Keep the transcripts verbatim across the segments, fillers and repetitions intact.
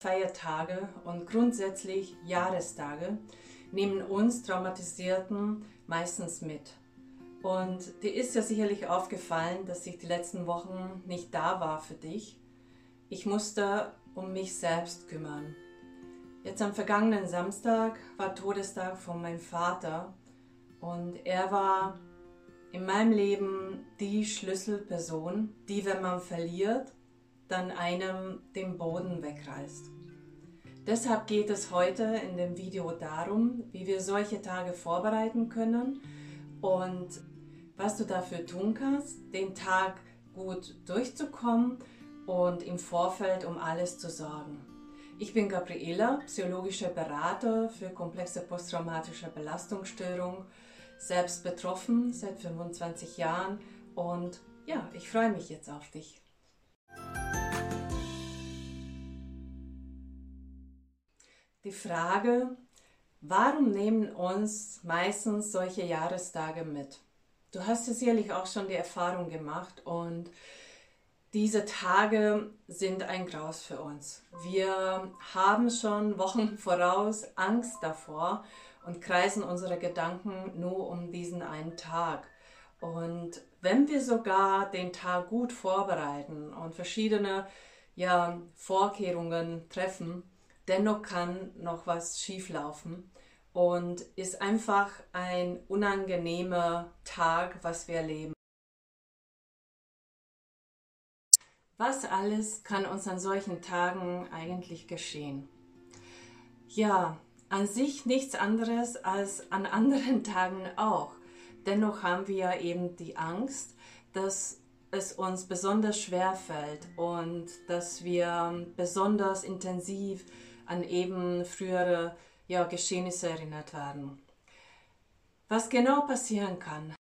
Feiertage und grundsätzlich Jahrestage nehmen uns Traumatisierten meistens mit. Und dir ist ja sicherlich aufgefallen, dass ich die letzten Wochen nicht da war für dich. Ich musste um mich selbst kümmern. Jetzt am vergangenen Samstag war Todestag von meinem Vater und er war in meinem Leben die Schlüsselperson, die, wenn man verliert, dann einem den Boden wegreißt. Deshalb geht es heute in dem Video darum, wie wir solche Tage vorbereiten können und was du dafür tun kannst, den Tag gut durchzukommen und im Vorfeld um alles zu sorgen. Ich bin Gabriela, psychologischer Berater für komplexe posttraumatische Belastungsstörung, selbst betroffen seit fünfundzwanzig Jahren und ja, ich freue mich jetzt auf dich. Die Frage, warum nehmen uns meistens solche Jahrestage mit? Du hast ja sicherlich auch schon die Erfahrung gemacht und diese Tage sind ein Graus für uns. Wir haben schon Wochen voraus Angst davor und kreisen unsere Gedanken nur um diesen einen Tag. Und wenn wir sogar den Tag gut vorbereiten und verschiedene ja, Vorkehrungen treffen, dennoch kann noch was schieflaufen und ist einfach ein unangenehmer Tag, was wir erleben. Was alles kann uns an solchen Tagen eigentlich geschehen? Ja, an sich nichts anderes als an anderen Tagen auch. Dennoch haben wir eben die Angst, dass es uns besonders schwer fällt und dass wir besonders intensiv an eben frühere ja, Geschehnisse erinnert werden. Was genau passieren kann?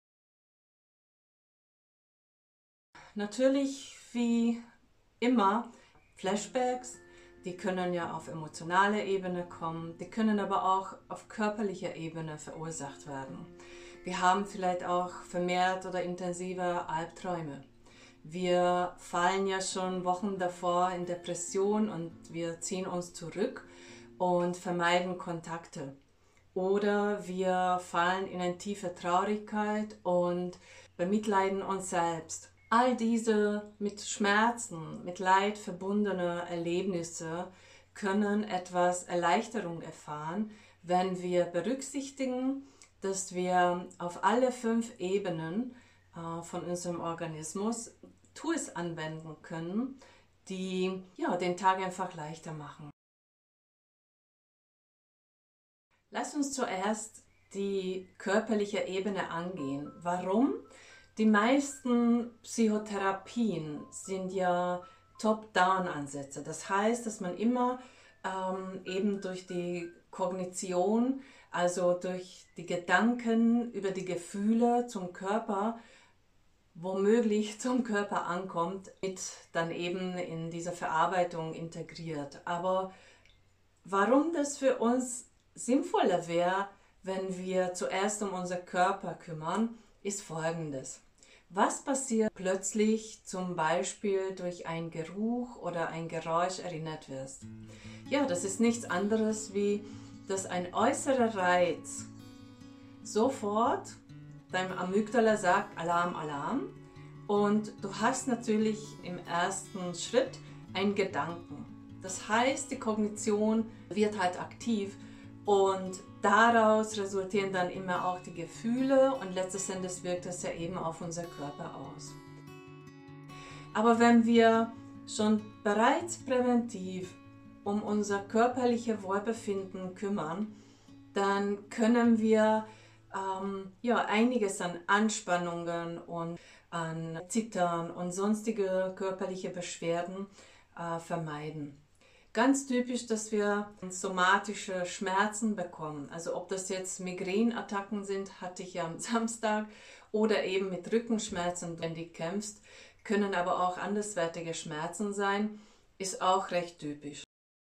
Natürlich wie immer Flashbacks, die können ja auf emotionaler Ebene kommen, die können aber auch auf körperlicher Ebene verursacht werden. Wir haben vielleicht auch vermehrt oder intensiver Albträume. Wir fallen ja schon Wochen davor in Depression und wir ziehen uns zurück und vermeiden Kontakte. Oder wir fallen in eine tiefe Traurigkeit und bemitleiden uns selbst. All diese mit Schmerzen, mit Leid verbundene Erlebnisse können etwas Erleichterung erfahren, wenn wir berücksichtigen, dass wir auf alle fünf Ebenen äh, von unserem Organismus Tools anwenden können, die ja, den Tag einfach leichter machen. Lass uns zuerst die körperliche Ebene angehen. Warum? Die meisten Psychotherapien sind ja Top-Down-Ansätze. Das heißt, dass man immer ähm, eben durch die Kognition, also durch die Gedanken über die Gefühle zum Körper, womöglich zum Körper ankommt, mit dann eben in diese Verarbeitung integriert. Aber warum das für uns sinnvoller wäre, wenn wir zuerst um unser Körper kümmern, ist Folgendes. Was passiert plötzlich zum Beispiel durch einen Geruch oder ein Geräusch erinnert wirst? Ja, das ist nichts anderes wie, dass ein äußerer Reiz sofort deinem Amygdala sagt, Alarm, Alarm. Und du hast natürlich im ersten Schritt einen Gedanken. Das heißt, die Kognition wird halt aktiv und daraus resultieren dann immer auch die Gefühle und letztes Endes wirkt das ja eben auf unser Körper aus. Aber wenn wir schon bereits präventiv um unser körperliches Wohlbefinden kümmern, dann können wir ähm, ja, einiges an Anspannungen und an Zittern und sonstige körperliche Beschwerden äh, vermeiden. Ganz typisch, dass wir somatische Schmerzen bekommen. Also ob das jetzt Migräneattacken sind, hatte ich ja am Samstag, oder eben mit Rückenschmerzen, wenn du kämpfst, können aber auch anderswertige Schmerzen sein, ist auch recht typisch.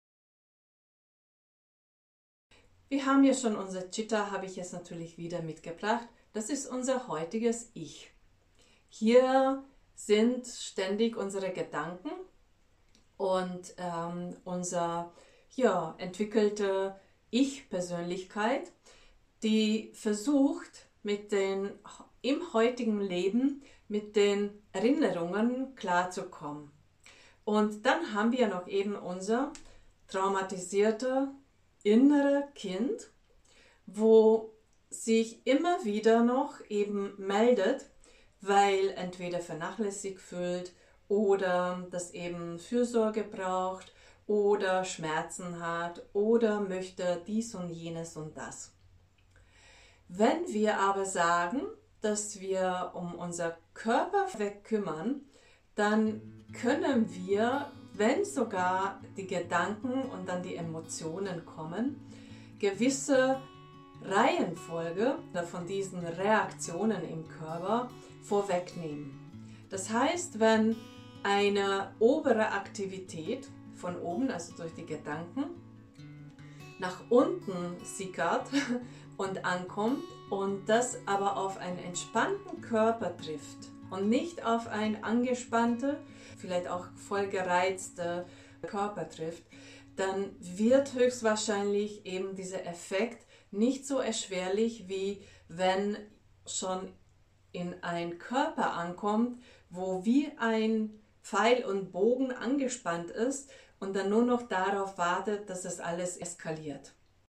Wir haben ja schon unser Chitta, habe ich jetzt natürlich wieder mitgebracht. Das ist unser heutiges Ich. Hier sind ständig unsere Gedanken und ähm, unsere ja, entwickelte Ich-Persönlichkeit, die versucht, mit den, im heutigen Leben mit den Erinnerungen klarzukommen. Und dann haben wir noch eben unser traumatisierte innere Kind, wo sich immer wieder noch eben meldet, weil entweder vernachlässigt fühlt oder das eben Fürsorge braucht oder Schmerzen hat oder möchte dies und jenes und das. Wenn wir aber sagen, dass wir um unser Körper weg kümmern, dann können wir, wenn sogar die Gedanken und dann die Emotionen kommen, gewisse Reihenfolge von diesen Reaktionen im Körper vorwegnehmen. Das heißt, wenn eine obere Aktivität von oben, also durch die Gedanken, nach unten sickert und ankommt und das aber auf einen entspannten Körper trifft und nicht auf einen angespannten, vielleicht auch voll gereizten Körper trifft, dann wird höchstwahrscheinlich eben dieser Effekt nicht so erschwerlich, wie wenn schon in ein Körper ankommt, wo wie ein Pfeil und Bogen angespannt ist und dann nur noch darauf wartet, dass es alles eskaliert.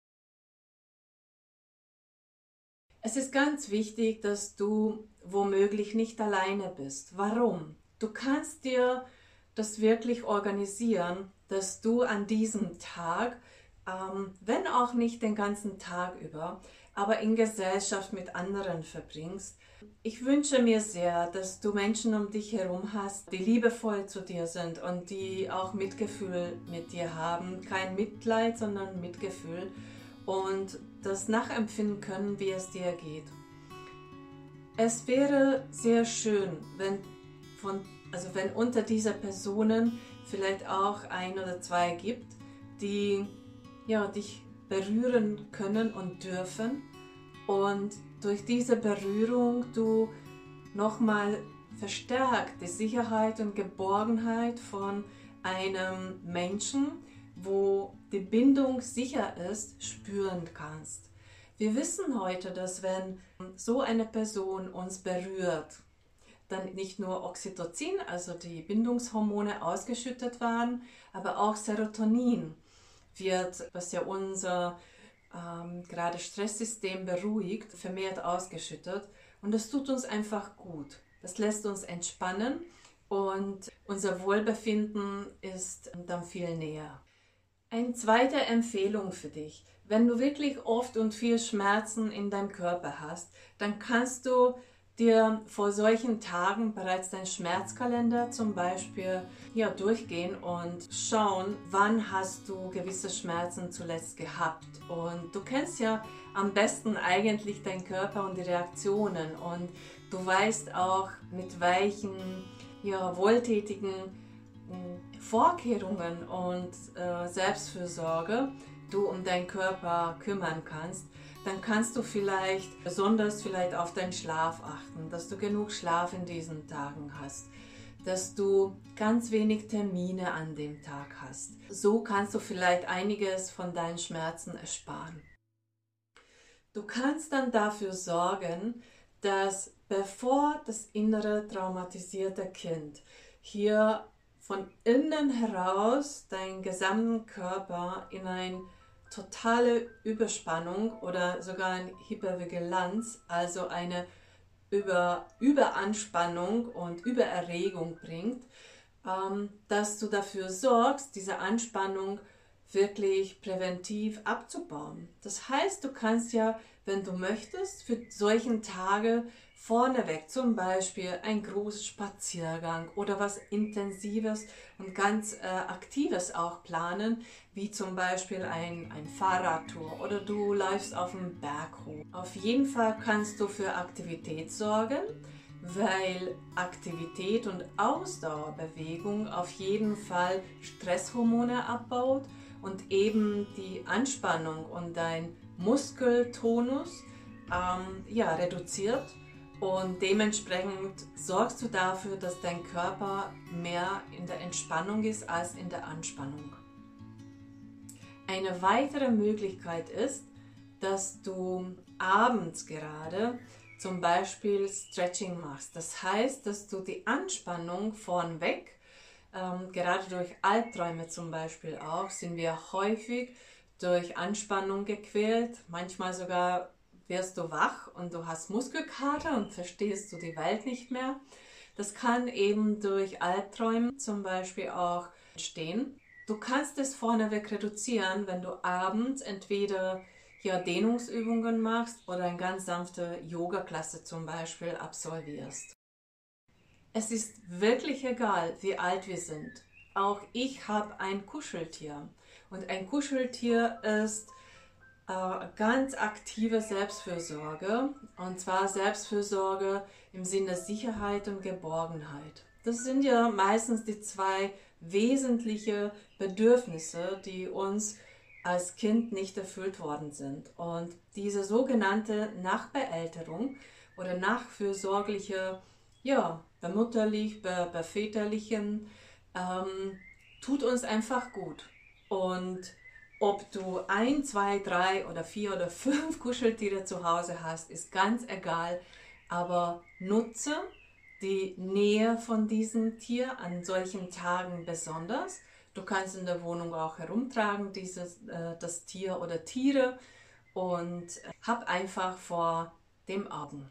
Es ist ganz wichtig, dass du womöglich nicht alleine bist. Warum? Du kannst dir das wirklich organisieren, dass du an diesem Tag, ähm, wenn auch nicht den ganzen Tag über, aber in Gesellschaft mit anderen verbringst. Ich wünsche mir sehr, dass du Menschen um dich herum hast, die liebevoll zu dir sind und die auch Mitgefühl mit dir haben. Kein Mitleid, sondern Mitgefühl und das nachempfinden können, wie es dir geht. Es wäre sehr schön, wenn, von, also wenn unter dieser Personen vielleicht auch ein oder zwei gibt, die ja, dich berühren können und dürfen und durch diese Berührung du nochmal verstärkt die Sicherheit und Geborgenheit von einem Menschen, wo die Bindung sicher ist, spüren kannst. Wir wissen heute, dass wenn so eine Person uns berührt, dann nicht nur Oxytocin, also die Bindungshormone ausgeschüttet werden, aber auch Serotonin wird, was ja unser ähm, gerade Stresssystem beruhigt, vermehrt ausgeschüttet und das tut uns einfach gut. Das lässt uns entspannen und unser Wohlbefinden ist dann viel näher. Eine zweite Empfehlung für dich. Wenn du wirklich oft und viel Schmerzen in deinem Körper hast, dann kannst du dir vor solchen Tagen bereits deinen Schmerzkalender zum Beispiel ja, durchgehen und schauen, wann hast du gewisse Schmerzen zuletzt gehabt. Und du kennst ja am besten eigentlich deinen Körper und die Reaktionen und du weißt auch, mit welchen ja, wohltätigen Vorkehrungen und äh, Selbstfürsorge du um deinen Körper kümmern kannst, dann kannst du vielleicht besonders vielleicht auf deinen Schlaf achten, dass du genug Schlaf in diesen Tagen hast, dass du ganz wenig Termine an dem Tag hast. So kannst du vielleicht einiges von deinen Schmerzen ersparen. Du kannst dann dafür sorgen, dass bevor das innere traumatisierte Kind hier von innen heraus deinen gesamten Körper in eine totale Überspannung oder sogar eine Hypervigilanz, also eine Über, Überanspannung und Übererregung bringt, ähm, dass du dafür sorgst, diese Anspannung wirklich präventiv abzubauen. Das heißt, du kannst ja, wenn du möchtest, für solchen Tage vorneweg zum Beispiel ein großes Spaziergang oder was Intensives und ganz äh, Aktives auch planen, wie zum Beispiel ein, ein Fahrradtour oder du läufst auf dem Berg hoch. Auf jeden Fall kannst du für Aktivität sorgen, weil Aktivität und Ausdauerbewegung auf jeden Fall Stresshormone abbaut und eben die Anspannung und dein Muskeltonus ähm, ja, reduziert Und dementsprechend sorgst du dafür, dass dein Körper mehr in der Entspannung ist als in der Anspannung. Eine weitere Möglichkeit ist, dass du abends gerade zum Beispiel Stretching machst. Das heißt, dass du die Anspannung vornweg, ähm, gerade durch Albträume zum Beispiel auch, sind wir häufig durch Anspannung gequält. Manchmal sogar wirst du wach und du hast Muskelkater und verstehst du die Welt nicht mehr. Das kann eben durch Albträume zum Beispiel auch entstehen. Du kannst es vorneweg reduzieren, wenn du abends entweder ja, Dehnungsübungen machst oder eine ganz sanfte Yoga-Klasse zum Beispiel absolvierst. Es ist wirklich egal, wie alt wir sind. Auch ich habe ein Kuscheltier. Und ein Kuscheltier ist äh, ganz aktive Selbstfürsorge. Und zwar Selbstfürsorge im Sinne Sicherheit und Geborgenheit. Das sind ja meistens die zwei wesentlichen Bedürfnisse, die uns als Kind nicht erfüllt worden sind. Und diese sogenannte Nachbeälterung oder nachfürsorgliche, ja, bemutterlich, be, beväterlichen, ähm, tut uns einfach gut. Und ob du ein, zwei, drei oder vier oder fünf Kuscheltiere zu Hause hast, ist ganz egal. Aber nutze die Nähe von diesem Tier an solchen Tagen besonders. Du kannst in der Wohnung auch herumtragen, dieses, äh, das Tier oder Tiere, und äh, hab einfach vor dem Augen.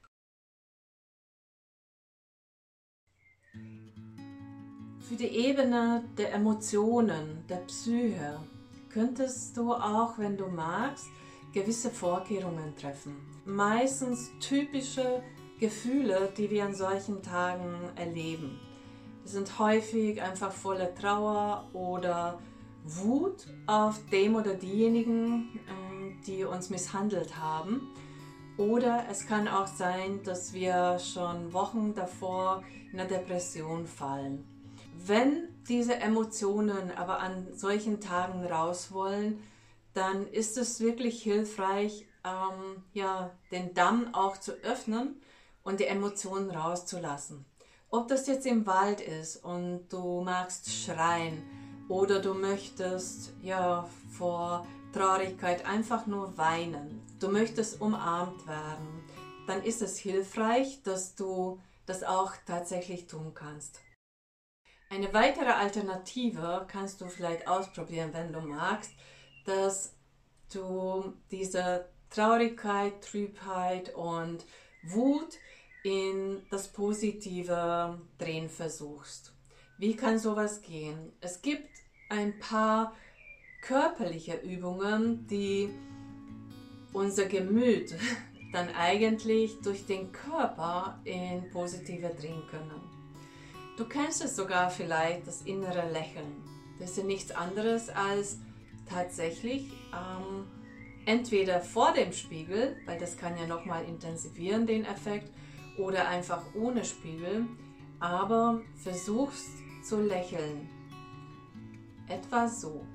Für die Ebene der Emotionen, der Psyche, könntest du auch, wenn du magst, gewisse Vorkehrungen treffen. Meistens typische Gefühle, die wir an solchen Tagen erleben. Die sind häufig einfach voller Trauer oder Wut auf dem oder diejenigen, die uns misshandelt haben. Oder es kann auch sein, dass wir schon Wochen davor in eine Depression fallen. Wenn diese Emotionen aber an solchen Tagen raus wollen, dann ist es wirklich hilfreich, ähm, ja, den Damm auch zu öffnen und die Emotionen rauszulassen. Ob das jetzt im Wald ist und du magst schreien oder du möchtest ja vor Traurigkeit einfach nur weinen, du möchtest umarmt werden, dann ist es hilfreich, dass du das auch tatsächlich tun kannst. Eine weitere Alternative kannst du vielleicht ausprobieren, wenn du magst, dass du diese Traurigkeit, Trübheit und Wut in das Positive drehen versuchst. Wie kann sowas gehen? Es gibt ein paar körperliche Übungen, die unser Gemüt dann eigentlich durch den Körper in Positive drehen können. Du kennst es sogar vielleicht, das innere Lächeln. Das ist ja nichts anderes als tatsächlich ähm, entweder vor dem Spiegel, weil das kann ja nochmal intensivieren den Effekt, oder einfach ohne Spiegel, aber versuchst zu lächeln. Etwa so.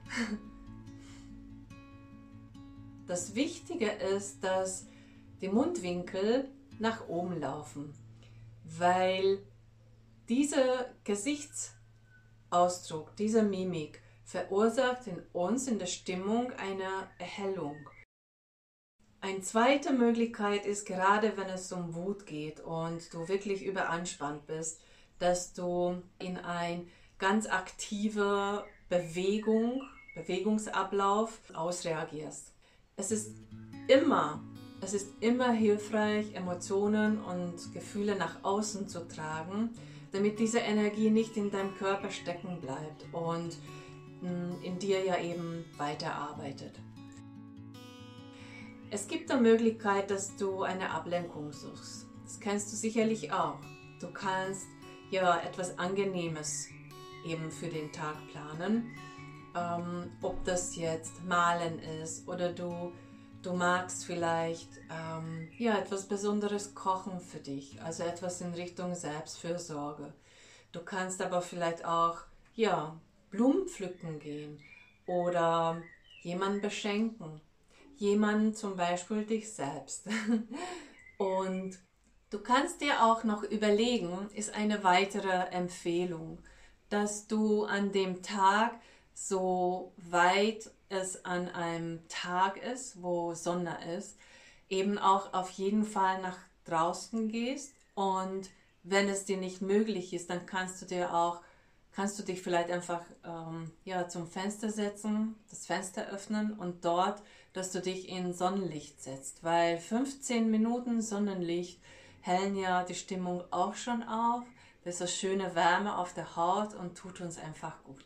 Das Wichtige ist, dass die Mundwinkel nach oben laufen, weil dieser Gesichtsausdruck, diese Mimik verursacht in uns in der Stimmung eine Erhellung. Eine zweite Möglichkeit ist, gerade wenn es um Wut geht und du wirklich überanspannt bist, dass du in ein ganz aktive Bewegung, Bewegungsablauf ausreagierst. Es ist immer, es ist immer hilfreich, Emotionen und Gefühle nach außen zu tragen, damit diese Energie nicht in deinem Körper stecken bleibt und in dir ja eben weiterarbeitet. Es gibt eine Möglichkeit, dass du eine Ablenkung suchst. Das kennst du sicherlich auch. Du kannst ja etwas Angenehmes eben für den Tag planen. Ähm, ob das jetzt Malen ist oder du, du magst vielleicht ähm, ja, etwas Besonderes kochen für dich, also etwas in Richtung Selbstfürsorge. Du kannst aber vielleicht auch ja, Blumen pflücken gehen oder jemanden beschenken. Jemanden, zum Beispiel dich selbst. Und Du kannst dir auch noch überlegen, ist eine weitere Empfehlung, dass du an dem Tag, so weit es an einem Tag ist, wo Sonne ist, eben auch auf jeden Fall nach draußen gehst, und wenn es dir nicht möglich ist, dann kannst du dir auch, kannst du dich vielleicht einfach ähm, ja, zum Fenster setzen, das Fenster öffnen und dort, dass du dich in Sonnenlicht setzt, weil fünfzehn Minuten Sonnenlicht hellen ja die Stimmung auch schon auf. Das ist schöne Wärme auf der Haut und tut uns einfach gut.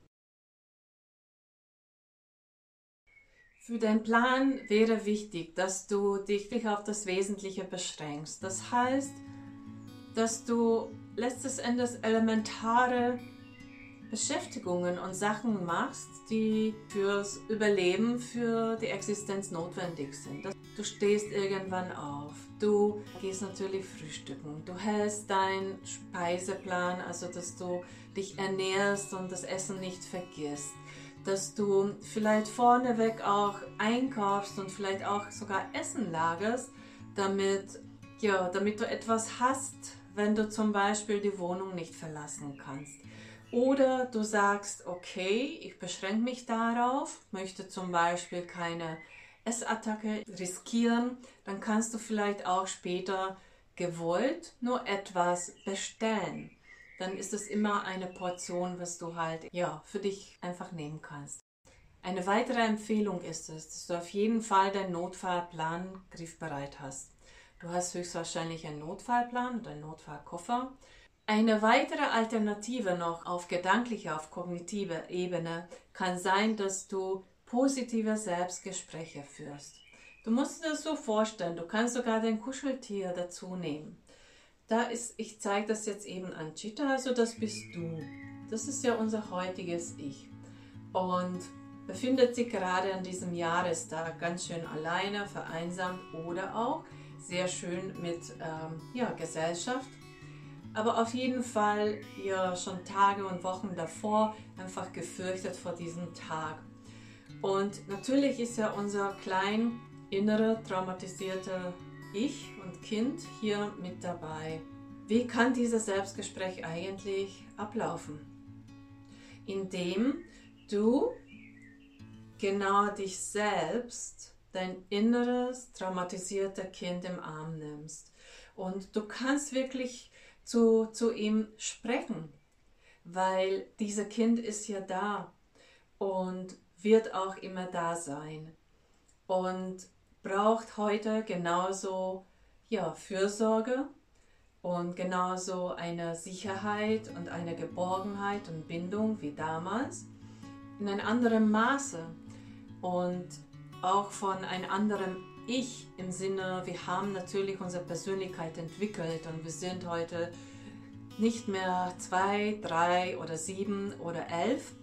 Für deinen Plan wäre wichtig, dass du dich auf das Wesentliche beschränkst. Das heißt, dass du letztes Endes elementare Beschäftigungen und Sachen machst, die fürs Überleben, für die Existenz notwendig sind. Du stehst irgendwann auf, du gehst natürlich frühstücken, du hältst deinen Speiseplan, also dass du dich ernährst und das Essen nicht vergisst, dass du vielleicht vorneweg auch einkaufst und vielleicht auch sogar Essen lagerst, damit, ja, damit du etwas hast, wenn du zum Beispiel die Wohnung nicht verlassen kannst. Oder du sagst, okay, ich beschränke mich darauf, möchte zum Beispiel keine Essattacke riskieren, dann kannst du vielleicht auch später gewollt nur etwas bestellen. Dann ist es immer eine Portion, was du halt ja, für dich einfach nehmen kannst. Eine weitere Empfehlung ist es, dass du auf jeden Fall deinen Notfallplan griffbereit hast. Du hast höchstwahrscheinlich einen Notfallplan oder einen Notfallkoffer. Eine weitere Alternative noch auf gedanklicher, auf kognitiver Ebene kann sein, dass du positive Selbstgespräche führst. Du musst dir das so vorstellen, du kannst sogar dein Kuscheltier dazu nehmen. Da ist, ich zeige das jetzt eben an Chitta, also das bist du. Das ist ja unser heutiges Ich. Und befindet sich gerade an diesem Jahrestag ganz schön alleine, vereinsamt oder auch sehr schön mit ähm, ja, Gesellschaft. Aber auf jeden Fall ja schon Tage und Wochen davor einfach gefürchtet vor diesem Tag. Und natürlich ist ja unser klein, innere, traumatisierte Ich und Kind hier mit dabei. Wie kann dieses Selbstgespräch eigentlich ablaufen? Indem du genau dich selbst, dein inneres, traumatisiertes Kind im Arm nimmst. Und du kannst wirklich zu, zu ihm sprechen, weil dieses Kind ist ja da und wird auch immer da sein und braucht heute genauso ja, Fürsorge und genauso eine Sicherheit und eine Geborgenheit und Bindung wie damals, in einem anderen Maße und auch von einem anderen Ich im Sinne, wir haben natürlich unsere Persönlichkeit entwickelt und wir sind heute nicht mehr zwei, drei oder sieben oder elf,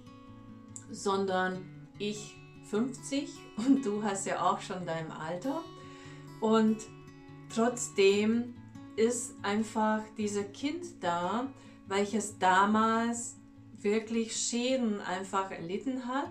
sondern ich fünfzig und du hast ja auch schon dein Alter. Und trotzdem ist einfach dieses Kind da, welches damals wirklich Schäden einfach erlitten hat,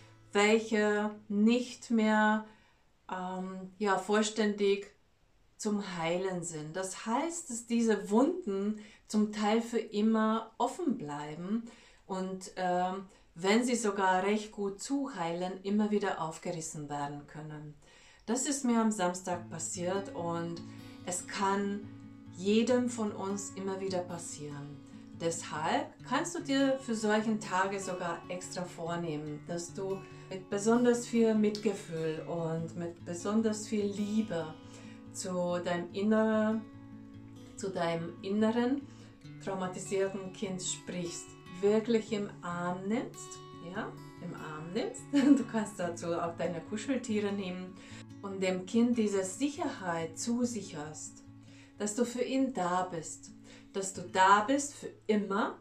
welche nicht mehr ähm, ja, vollständig zum Heilen sind. Das heißt, dass diese Wunden zum Teil für immer offen bleiben und ähm, wenn sie sogar recht gut zuheilen, immer wieder aufgerissen werden können. Das ist mir am Samstag passiert und es kann jedem von uns immer wieder passieren. Deshalb kannst du dir für solche Tage sogar extra vornehmen, dass du mit besonders viel Mitgefühl und mit besonders viel Liebe zu deinem inneren, zu deinem inneren traumatisierten Kind sprichst, wirklich im Arm nimmst, ja, im Arm nimmst. Du kannst dazu auch deine Kuscheltiere nehmen und dem Kind diese Sicherheit zusicherst, dass du für ihn da bist, dass du da bist für immer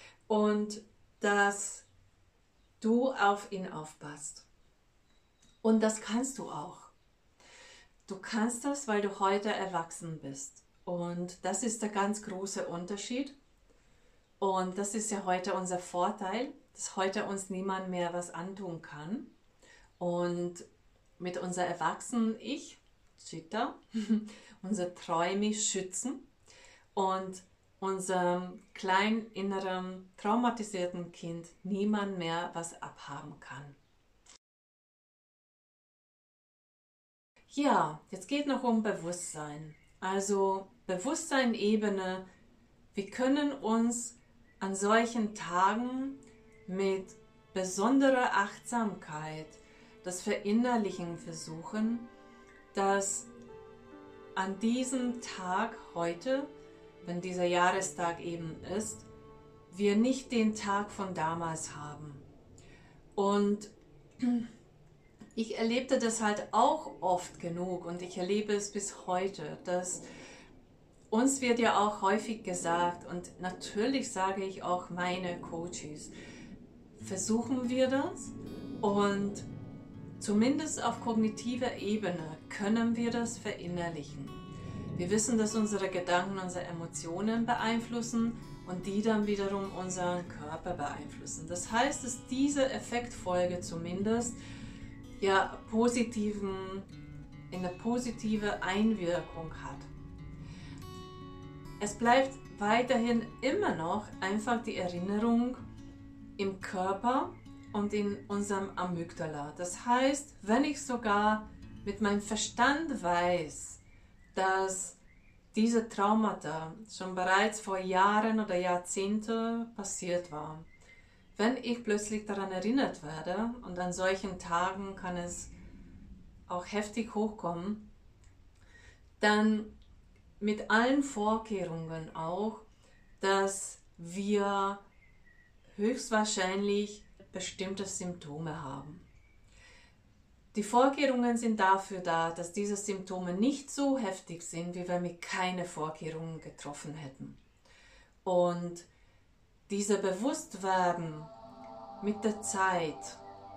und dass du auf ihn aufpasst. Und das kannst du auch. Du kannst das, weil du heute erwachsen bist. Und das ist der ganz große Unterschied. Und das ist ja heute unser Vorteil, dass heute uns niemand mehr was antun kann. Und mit unser erwachsenen Ich, Chitta, unsere Träume schützen und unserem kleinen inneren traumatisierten Kind niemand mehr was abhaben kann. Ja, jetzt geht noch um Bewusstsein. Also Bewusstseinebene, wir können uns an solchen Tagen mit besonderer Achtsamkeit das Verinnerlichen versuchen, dass an diesem Tag heute, wenn dieser Jahrestag eben ist, wir nicht den Tag von damals haben. Und ich erlebte das halt auch oft genug und ich erlebe es bis heute, dass uns wird ja auch häufig gesagt, und natürlich sage ich auch meine Coaches, versuchen wir das und zumindest auf kognitiver Ebene können wir das verinnerlichen. Wir wissen, dass unsere Gedanken unsere Emotionen beeinflussen und die dann wiederum unseren Körper beeinflussen. Das heißt, dass diese Effektfolge zumindest ja positiven, eine positive Einwirkung hat. Es bleibt weiterhin immer noch einfach die Erinnerung im Körper und in unserem Amygdala. Das heißt, wenn ich sogar mit meinem Verstand weiß, dass diese Traumata schon bereits vor Jahren oder Jahrzehnten passiert waren, wenn ich plötzlich daran erinnert werde, und an solchen Tagen kann es auch heftig hochkommen, dann mit allen Vorkehrungen auch, dass wir höchstwahrscheinlich bestimmte Symptome haben. Die Vorkehrungen sind dafür da, dass diese Symptome nicht so heftig sind, wie wenn wir keine Vorkehrungen getroffen hätten. Und dieser Bewusstwerden mit der Zeit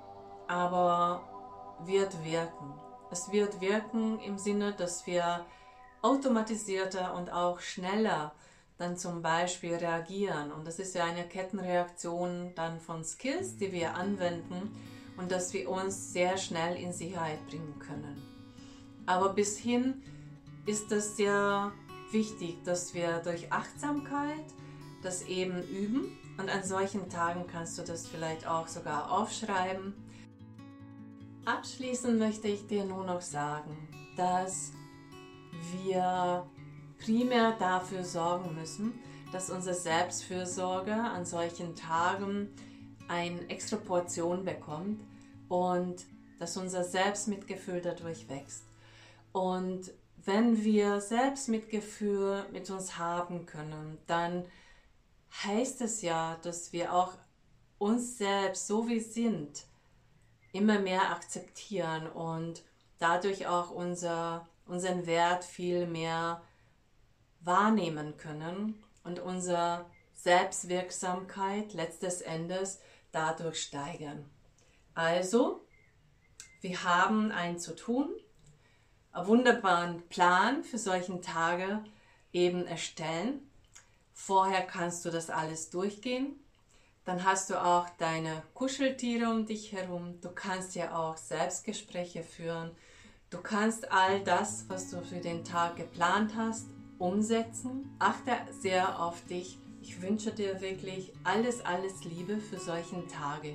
aber wird wirken. Es wird wirken im Sinne, dass wir automatisierter und auch schneller dann zum Beispiel reagieren. Und das ist ja eine Kettenreaktion dann von Skills, die wir anwenden und dass wir uns sehr schnell in Sicherheit bringen können. Aber bis hin ist es sehr wichtig, dass wir durch Achtsamkeit das eben üben. Und an solchen Tagen kannst du das vielleicht auch sogar aufschreiben. Abschließend möchte ich dir nur noch sagen, dass wir primär dafür sorgen müssen, dass unsere Selbstfürsorge an solchen Tagen eine extra Portion bekommt und dass unser Selbstmitgefühl dadurch wächst. Und wenn wir Selbstmitgefühl mit uns haben können, dann heißt es ja, dass wir auch uns selbst, so wie wir sind, immer mehr akzeptieren und dadurch auch unser, unseren Wert viel mehr wahrnehmen können und unsere Selbstwirksamkeit letztes Endes dadurch steigern. Also, wir haben ein zu tun, einen wunderbaren Plan für solchen Tage eben erstellen. Vorher kannst du das alles durchgehen. Dann hast du auch deine Kuscheltiere um dich herum. Du kannst ja auch Selbstgespräche führen. Du kannst all das, was du für den Tag geplant hast, umsetzen. Achte sehr auf dich. Ich wünsche dir wirklich alles, alles Liebe für solchen Tage.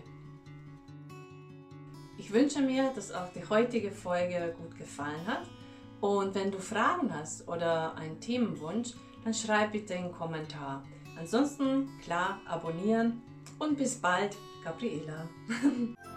Ich wünsche mir, dass auch die heutige Folge gut gefallen hat. Und wenn du Fragen hast oder einen Themenwunsch, dann schreib bitte einen Kommentar. Ansonsten, klar, abonnieren und bis bald, Gabriela.